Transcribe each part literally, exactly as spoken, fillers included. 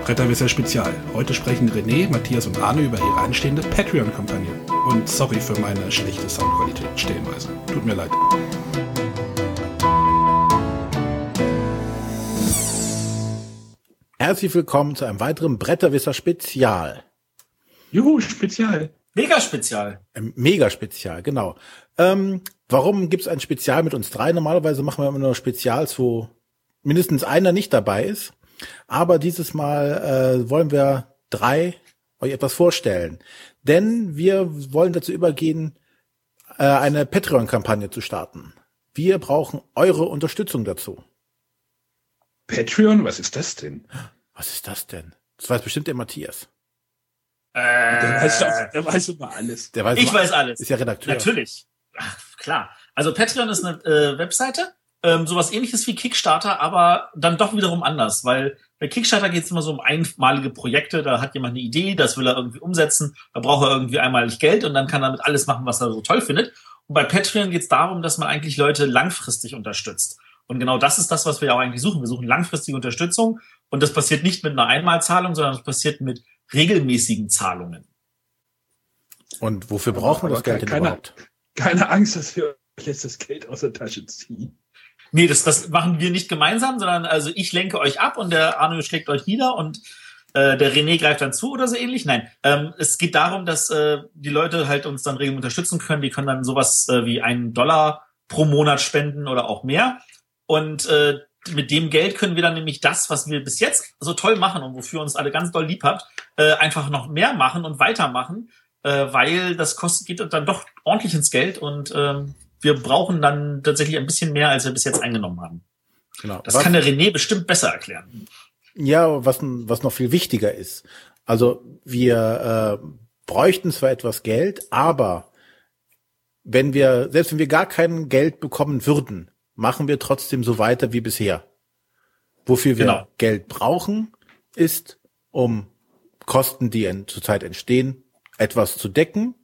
Bretterwisser Spezial. Heute sprechen René, Matthias und Arne über ihre anstehende Patreon-Kampagne. Und sorry für meine schlechte Soundqualität stellenweise. Tut mir leid. Herzlich willkommen zu einem weiteren Bretterwisser Spezial. Juhu, Spezial. Mega Spezial. Ähm, Mega Spezial, genau. Ähm, warum gibt's ein Spezial mit uns drei? Normalerweise machen wir immer nur Spezials, wo mindestens einer nicht dabei ist. Aber dieses Mal äh, wollen wir drei euch etwas vorstellen. Denn wir wollen dazu übergehen, äh, eine Patreon-Kampagne zu starten. Wir brauchen eure Unterstützung dazu. Patreon? Was ist das denn? Was ist das denn? Das weiß bestimmt der Matthias. Äh, Der weiß, doch, der weiß immer alles. Der weiß ich immer, weiß alles. Ist ja Redakteur. Natürlich. Ach, klar. Also Patreon ist eine äh, Webseite, ähm, sowas ähnliches wie Kickstarter, aber dann doch wiederum anders, weil bei Kickstarter geht es immer so um einmalige Projekte, da hat jemand eine Idee, das will er irgendwie umsetzen, da braucht er irgendwie einmalig Geld und dann kann er damit alles machen, was er so toll findet. Und bei Patreon geht es darum, dass man eigentlich Leute langfristig unterstützt. Und genau das ist das, was wir auch eigentlich suchen. Wir suchen langfristige Unterstützung und das passiert nicht mit einer Einmalzahlung, sondern es passiert mit regelmäßigen Zahlungen. Und wofür brauchen wir das Geld denn keine, überhaupt? Keine Angst, dass wir euch jetzt das Geld aus der Tasche ziehen. Nee, das, das machen wir nicht gemeinsam, sondern also ich lenke euch ab und der Arno schlägt euch nieder und äh, der René greift dann zu oder so ähnlich. Nein, ähm, es geht darum, dass äh, die Leute halt uns dann regelmäßig unterstützen können. Die können dann sowas äh, wie einen Dollar pro Monat spenden oder auch mehr. Und äh, mit dem Geld können wir dann nämlich das, was wir bis jetzt so toll machen und wofür uns alle ganz doll lieb habt, äh, einfach noch mehr machen und weitermachen, äh, weil das kostet geht dann doch ordentlich ins Geld und ähm, wir brauchen dann tatsächlich ein bisschen mehr, als wir bis jetzt eingenommen haben. Genau. Das was, kann der René bestimmt besser erklären. Ja, was, was noch viel wichtiger ist. Also wir äh, bräuchten zwar etwas Geld, aber wenn wir, selbst wenn wir gar kein Geld bekommen würden, machen wir trotzdem so weiter wie bisher. Wofür wir Genau. Geld brauchen, ist, um Kosten, die in, zurzeit entstehen, etwas zu decken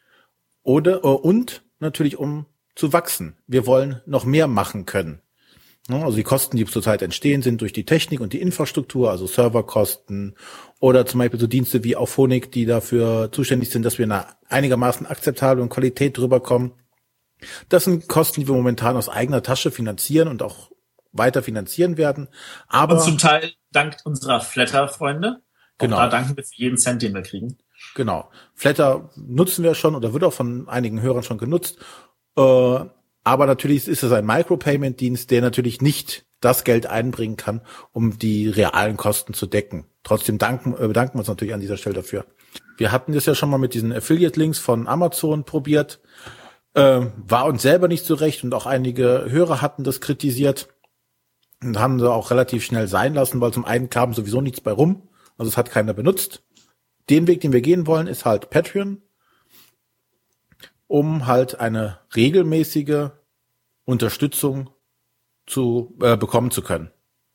oder äh, und natürlich um zu wachsen. Wir wollen noch mehr machen können. Ja, also die Kosten, die zurzeit entstehen, sind durch die Technik und die Infrastruktur, also Serverkosten oder zum Beispiel so Dienste wie Auphonic, die dafür zuständig sind, dass wir in einer einigermaßen akzeptablen Qualität drüber kommen. Das sind Kosten, die wir momentan aus eigener Tasche finanzieren und auch weiter finanzieren werden. Aber Und zum Teil dank unserer Flatter-Freunde. Genau. Und da danken wir für jeden Cent, den wir kriegen. Genau. Flatter nutzen wir schon oder wird auch von einigen Hörern schon genutzt. Äh, aber natürlich ist es ein Micropayment-Dienst, der natürlich nicht das Geld einbringen kann, um die realen Kosten zu decken. Trotzdem danken, äh, bedanken wir uns natürlich an dieser Stelle dafür. Wir hatten das ja schon mal mit diesen Affiliate-Links von Amazon probiert. Äh, war uns selber nicht so recht und auch einige Hörer hatten das kritisiert und haben sie auch relativ schnell sein lassen, weil zum einen kam sowieso nichts bei rum. Also es hat keiner benutzt. Den Weg, den wir gehen wollen, ist halt Patreon, um halt eine regelmäßige Unterstützung zu äh, bekommen zu können.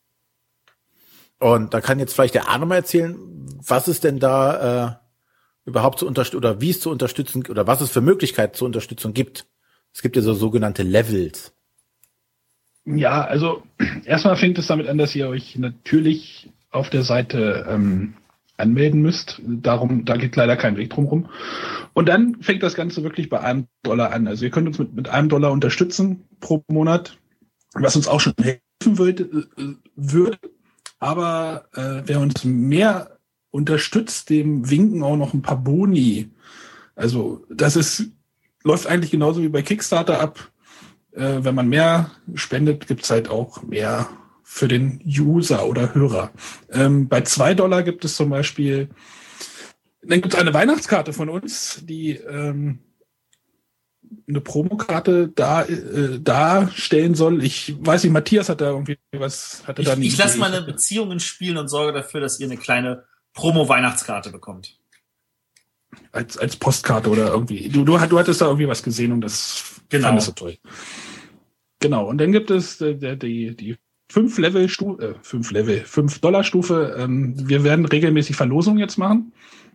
Und da kann jetzt vielleicht der Arne mal erzählen, was es denn da äh, überhaupt zu unterstützen oder wie es zu unterstützen oder was es für Möglichkeiten zur Unterstützung gibt. Es gibt ja so sogenannte Levels. Ja, also erstmal fängt es damit an, dass ihr euch natürlich auf der Seite ähm, anmelden müsst. Darum, da geht leider kein Weg drum rum. Und dann fängt das Ganze wirklich bei einem Dollar an. Also ihr könnt uns mit, mit einem Dollar unterstützen pro Monat, was uns auch schon helfen würde. Äh, würde. Aber äh, wer uns mehr unterstützt, dem winken auch noch ein paar Boni. Also das ist läuft eigentlich genauso wie bei Kickstarter ab. Äh, wenn man mehr spendet, gibt's halt auch mehr für den User oder Hörer. Ähm, bei zwei Dollar gibt es zum Beispiel, dann gibt es eine Weihnachtskarte von uns, die ähm, eine Promokarte da äh, darstellen soll. Ich weiß nicht, Matthias hat da irgendwie was, hatte Ich, da ich lasse meine Beziehungen spielen und sorge dafür, dass ihr eine kleine Promo-Weihnachtskarte bekommt. Als, als Postkarte oder irgendwie. Du, du, du hattest da irgendwie was gesehen und das Genau. fandest du toll. Genau. Und dann gibt es äh, die, die fünf Level Stufe, äh, fünf Level, fünf Dollar Stufe. Ähm, wir werden regelmäßig Verlosungen jetzt machen.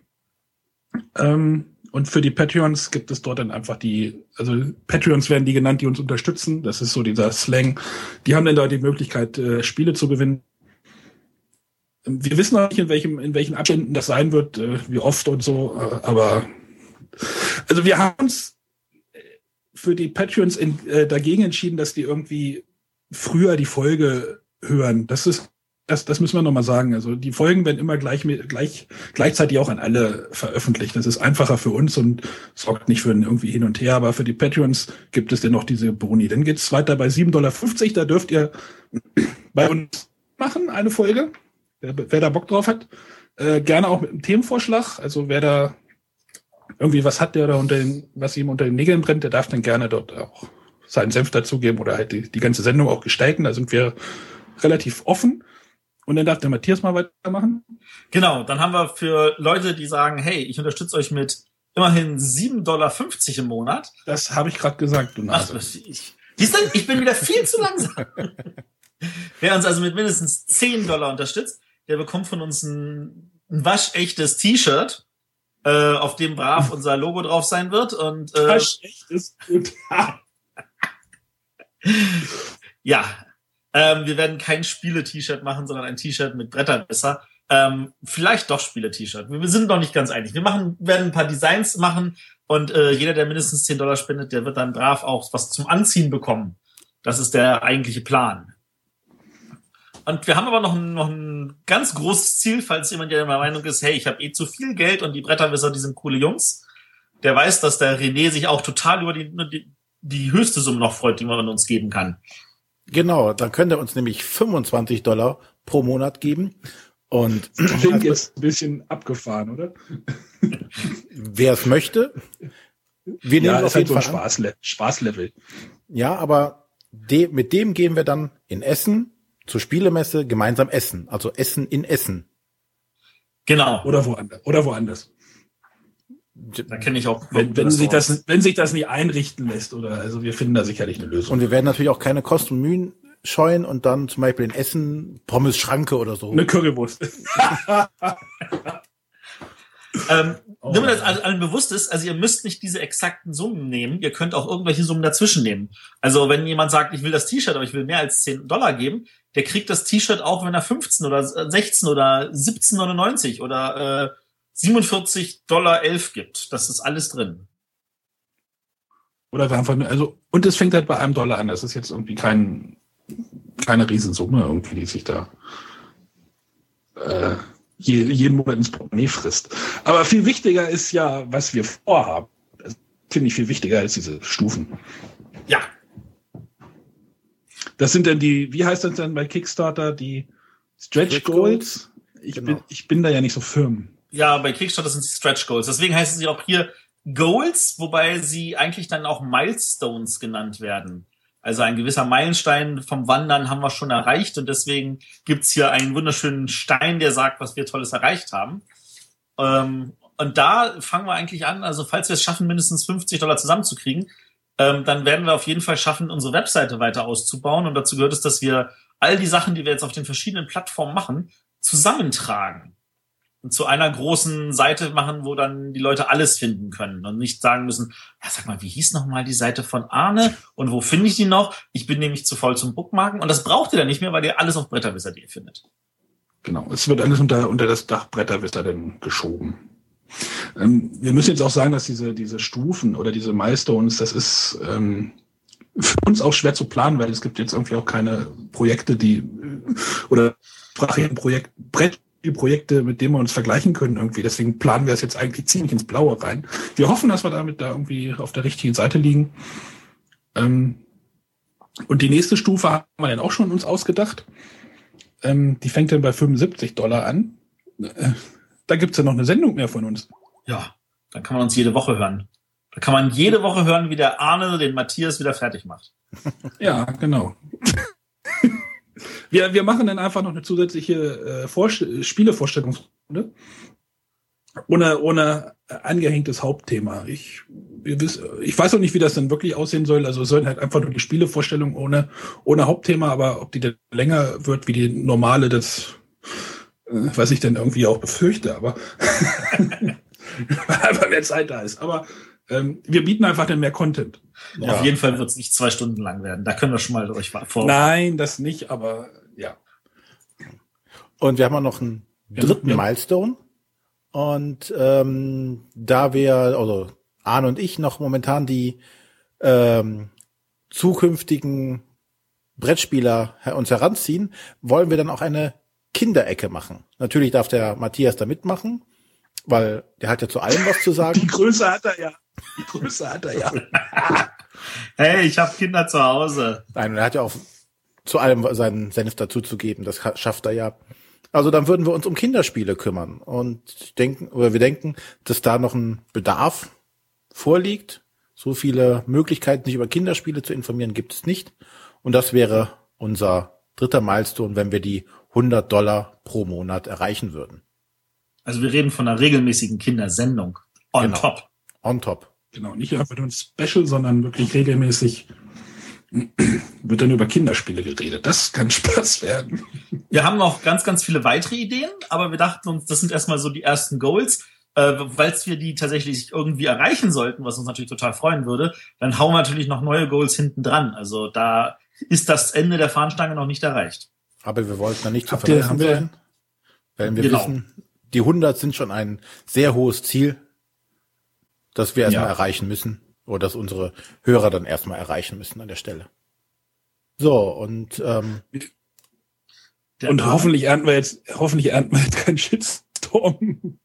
Ähm, und für die Patreons gibt es dort dann einfach die, also Patreons werden die genannt, die uns unterstützen. Das ist so dieser Slang. Die haben dann da die Möglichkeit, äh, Spiele zu gewinnen. Wir wissen noch nicht, in welchem, in welchen Abständen das sein wird, äh, wie oft und so, äh, aber also wir haben uns für die Patreons in, äh, dagegen entschieden, dass die irgendwie früher die Folge hören. Das ist, das, das müssen wir nochmal sagen. Also die Folgen werden immer gleich, gleich, gleichzeitig auch an alle veröffentlicht. Das ist einfacher für uns und sorgt nicht für ein irgendwie hin und her. Aber für die Patreons gibt es denn noch diese Boni. Dann geht's weiter bei sieben Dollar fünfzig. Da dürft ihr bei uns machen, eine Folge. Wer, wer da Bock drauf hat. Äh, gerne auch mit einem Themenvorschlag. Also wer da irgendwie was hat, der da unter den, was ihm unter den Nägeln brennt, der darf dann gerne dort auch seinen Senf dazugeben oder halt die, die ganze Sendung auch gestalten. Da sind wir relativ offen. Und dann darf der Matthias mal weitermachen. Genau, dann haben wir für Leute, die sagen, hey, ich unterstütze euch mit immerhin sieben Dollar fünfzig im Monat. Das habe ich gerade gesagt, du Nase. Ach, ich, siehst du, ich bin wieder viel zu langsam. Wer uns also mit mindestens zehn Dollar unterstützt, der bekommt von uns ein, ein waschechtes T-Shirt, äh, auf dem brav unser Logo drauf sein wird. Und äh, waschechtes gut. Ja, ähm, wir werden kein Spiele-T-Shirt machen, sondern ein T-Shirt mit Bretterwisser. Ähm, vielleicht doch Spiele-T-Shirt. Wir sind noch nicht ganz einig. Wir machen, werden ein paar Designs machen und äh, jeder, der mindestens zehn Dollar spendet, der wird dann brav auch was zum Anziehen bekommen. Das ist der eigentliche Plan. Und wir haben aber noch ein, noch ein ganz großes Ziel, falls jemand der Meinung ist, hey, ich habe eh zu viel Geld und die Bretterwisser, die sind coole Jungs. Der weiß, dass der René sich auch total über die, die, die höchste Summe noch freut, die man uns geben kann. Genau, dann könnt ihr uns nämlich fünfundzwanzig Dollar pro Monat geben. Und das klingt jetzt ein bisschen abgefahren, oder? Wer es möchte, wir nehmen ja, auf jeden halt Fall so ein Spaßle- Spaßlevel. Ja, aber de- mit dem gehen wir dann in Essen zur Spielemesse gemeinsam essen. Also Essen in Essen. Genau. Oder woanders. Oder woanders. Da kenne ich auch. Wenn, wenn sich das, wenn sich das nicht einrichten lässt, oder, also wir finden da sicherlich eine Lösung. Und wir werden natürlich auch keine Kosten und Mühen scheuen und dann zum Beispiel in Essen Pommes Schranke oder so. Eine Currywurst. ähm, oh, damit das allen bewusst ist, also ihr müsst nicht diese exakten Summen nehmen, ihr könnt auch irgendwelche Summen dazwischen nehmen. Also wenn jemand sagt, ich will das T-Shirt, aber ich will mehr als zehn Dollar geben, der kriegt das T-Shirt auch, wenn er fünfzehn oder sechzehn oder siebzehn neunundneunzig oder äh, siebenundvierzig Dollar elf gibt. Das ist alles drin. Oder wir einfach, also, und es fängt halt bei einem Dollar an. Das ist jetzt irgendwie kein, keine Riesensumme irgendwie, die sich da äh, je, jeden Monat ins Portemonnaie frisst. Aber viel wichtiger ist ja, was wir vorhaben. Das finde ich viel wichtiger als diese Stufen. Ja. Das sind dann die, wie heißt das denn bei Kickstarter, die Stretch, Stretch Goals? Ich, genau. bin, ich bin da ja nicht so firm. Ja, bei Kickstarter sind sie Stretch Goals. Deswegen heißen sie auch hier Goals, wobei sie eigentlich dann auch Milestones genannt werden. Also ein gewisser Meilenstein vom Wandern haben wir schon erreicht und deswegen gibt's hier einen wunderschönen Stein, der sagt, was wir Tolles erreicht haben. Ähm, und da fangen wir eigentlich an, also falls wir es schaffen, mindestens fünfzig Dollar zusammenzukriegen, ähm, dann werden wir auf jeden Fall schaffen, unsere Webseite weiter auszubauen. Und dazu gehört es, dass wir all die Sachen, die wir jetzt auf den verschiedenen Plattformen machen, zusammentragen. Und zu einer großen Seite machen, wo dann die Leute alles finden können und nicht sagen müssen, ja, sag mal, wie hieß noch mal die Seite von Arne und wo finde ich die noch? Ich bin nämlich zu voll zum Bookmarken und das braucht ihr dann nicht mehr, weil ihr alles auf bretterwisser punkt de findet. Genau, es wird alles unter, unter das Dach Bretterwisser dann geschoben. Ähm, wir müssen jetzt auch sagen, dass diese, diese Stufen oder diese Milestones, das ist ähm, für uns auch schwer zu planen, weil es gibt jetzt irgendwie auch keine Projekte, die oder sprachigen Projekt, Brett die Projekte, mit denen wir uns vergleichen können irgendwie. Deswegen planen wir es jetzt eigentlich ziemlich ins Blaue rein. Wir hoffen, dass wir damit da irgendwie auf der richtigen Seite liegen. Ähm, und die nächste Stufe haben wir dann auch schon uns ausgedacht. Ähm, die fängt dann bei fünfundsiebzig Dollar an. Äh, da gibt's ja noch eine Sendung mehr von uns. Ja, dann kann man uns jede Woche hören. Da kann man jede Woche hören, wie der Arne den Matthias wieder fertig macht. Ja, genau. Wir, wir machen dann einfach noch eine zusätzliche äh, Vorst- Spielevorstellungsrunde ohne, ohne angehängtes Hauptthema. Ich, wir wiss, ich weiß auch nicht, wie das dann wirklich aussehen soll. Also es sollen halt einfach nur die Spielevorstellung ohne, ohne Hauptthema, aber ob die dann länger wird wie die normale, das äh, was ich dann irgendwie auch befürchte, aber weil einfach mehr Zeit da ist. Aber ähm, wir bieten einfach dann mehr Content. Ja. Auf jeden Fall wird es nicht zwei Stunden lang werden. Da können wir schon mal euch vor. Nein, das nicht, aber ja. Und wir haben auch noch einen dritten ja, ja. Milestone. Und ähm, da wir, also Arne und ich noch momentan die ähm, zukünftigen Brettspieler uns heranziehen, wollen wir dann auch eine Kinderecke machen. Natürlich darf der Matthias da mitmachen, weil der hat ja zu allem was zu sagen. Die Größe hat er ja. Die Größe hat er ja. Hey, ich habe Kinder zu Hause. Nein, und er hat ja auch zu allem seinen Senf dazu zu geben. Das schafft er ja. Also dann würden wir uns um Kinderspiele kümmern und denken, oder wir denken, dass da noch ein Bedarf vorliegt. So viele Möglichkeiten, sich über Kinderspiele zu informieren, gibt es nicht. Und das wäre unser dritter Milestone, wenn wir die hundert Dollar pro Monat erreichen würden. Also wir reden von einer regelmäßigen Kindersendung. On genau. top. On top. Genau, nicht einfach nur ein Special, sondern wirklich regelmäßig wird dann über Kinderspiele geredet. Das kann Spaß werden. Wir haben noch ganz, ganz viele weitere Ideen, aber wir dachten uns, das sind erstmal so die ersten Goals. Äh, weil wir die tatsächlich irgendwie erreichen sollten, was uns natürlich total freuen würde, dann hauen wir natürlich noch neue Goals hinten dran. Also da ist das Ende der Fahnenstange noch nicht erreicht. Aber wir wollten da nicht zu vergessen vergessen sein, weil wir genau. wissen, die hundert sind schon ein sehr hohes Ziel, das wir erstmal ja. erreichen müssen oder das unsere Hörer dann erstmal erreichen müssen an der Stelle. So, und ähm, und Arme. hoffentlich ernten wir jetzt hoffentlich ernten wir jetzt keinen Shitstorm.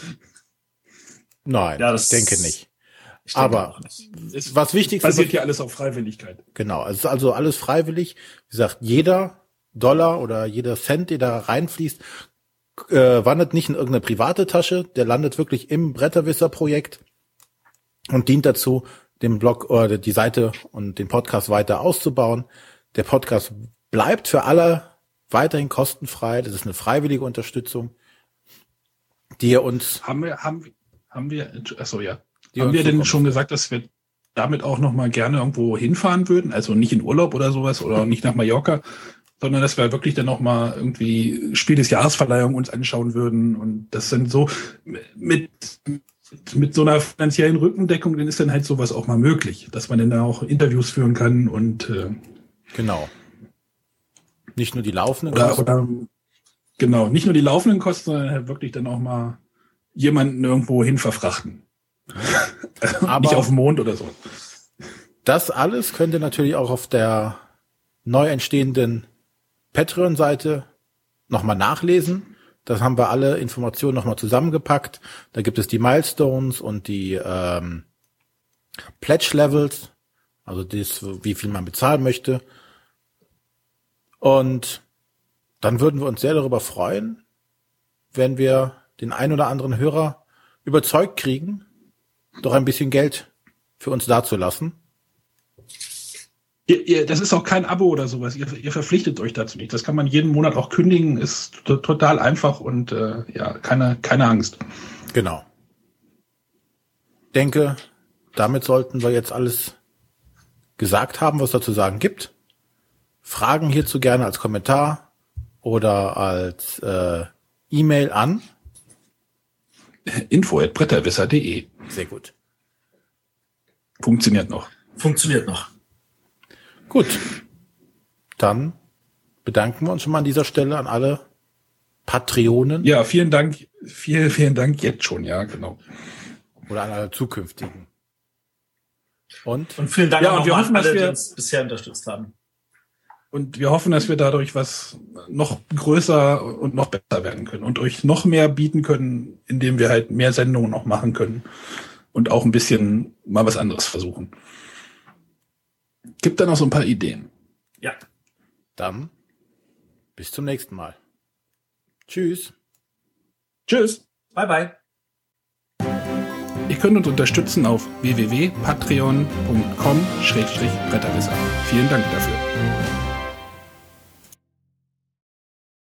Nein, ja, das ich denke nicht. Ich denke Aber nicht. was wichtig ist, basiert ja alles auf Freiwilligkeit. Genau, es ist also alles freiwillig. Wie gesagt, jeder Dollar oder jeder Cent, der da reinfließt, äh, wandert nicht in irgendeine private Tasche, der landet wirklich im Bretterwisser-Projekt und dient dazu, den Blog oder die Seite und den Podcast weiter auszubauen. Der Podcast bleibt für alle weiterhin kostenfrei. Das ist eine freiwillige Unterstützung, die ihr uns... Haben wir, haben wir Haben wir, achso, ja. Haben wir denn schon gesagt, dass wir damit auch noch mal gerne irgendwo hinfahren würden? Also nicht in Urlaub oder sowas oder nicht nach Mallorca, sondern dass wir wirklich dann noch mal irgendwie Spiel des Jahresverleihung uns anschauen würden. Und das sind so, mit, mit so einer finanziellen Rückendeckung, dann ist dann halt sowas auch mal möglich, dass man dann da auch Interviews führen kann und, äh, genau. Nicht nur die laufenden oder, Kosten. Oder, genau, nicht nur die laufenden Kosten, sondern halt wirklich dann auch mal jemanden irgendwo hin verfrachten. Aber nicht auf dem Mond oder so. Das alles könnt ihr natürlich auch auf der neu entstehenden Patreon-Seite nochmal nachlesen. Das haben wir alle Informationen nochmal zusammengepackt. Da gibt es die Milestones und die ähm, Pledge-Levels, also das, wie viel man bezahlen möchte. Und dann würden wir uns sehr darüber freuen, wenn wir den ein oder anderen Hörer überzeugt kriegen, doch ein bisschen Geld für uns dazulassen. Ihr, ihr, das ist auch kein Abo oder sowas. Ihr, ihr verpflichtet euch dazu nicht. Das kann man jeden Monat auch kündigen. Ist t- total einfach und äh, ja, keine, keine Angst. Genau. Ich denke, damit sollten wir jetzt alles gesagt haben, was es da zu sagen gibt. Fragen hierzu gerne als Kommentar oder als äh, E-Mail an info at bretterwisser punkt de. Sehr gut. Funktioniert noch. Funktioniert noch. Gut. Dann bedanken wir uns schon mal an dieser Stelle an alle Patreonen. Ja, vielen Dank. Vielen, vielen Dank jetzt schon, ja, genau. Oder an alle zukünftigen. Und? Und vielen Dank ja, auch und wir hoffen, an alle, dass wir die uns bisher unterstützt haben. Und wir hoffen, dass wir dadurch was noch größer und noch besser werden können und euch noch mehr bieten können, indem wir halt mehr Sendungen noch machen können und auch ein bisschen mal was anderes versuchen. Gibt da noch so ein paar Ideen. Ja. Dann bis zum nächsten Mal. Tschüss. Tschüss. Bye, bye. Ihr könnt uns unterstützen auf w w w punkt patreon punkt com slash bretterwisser. Vielen Dank dafür.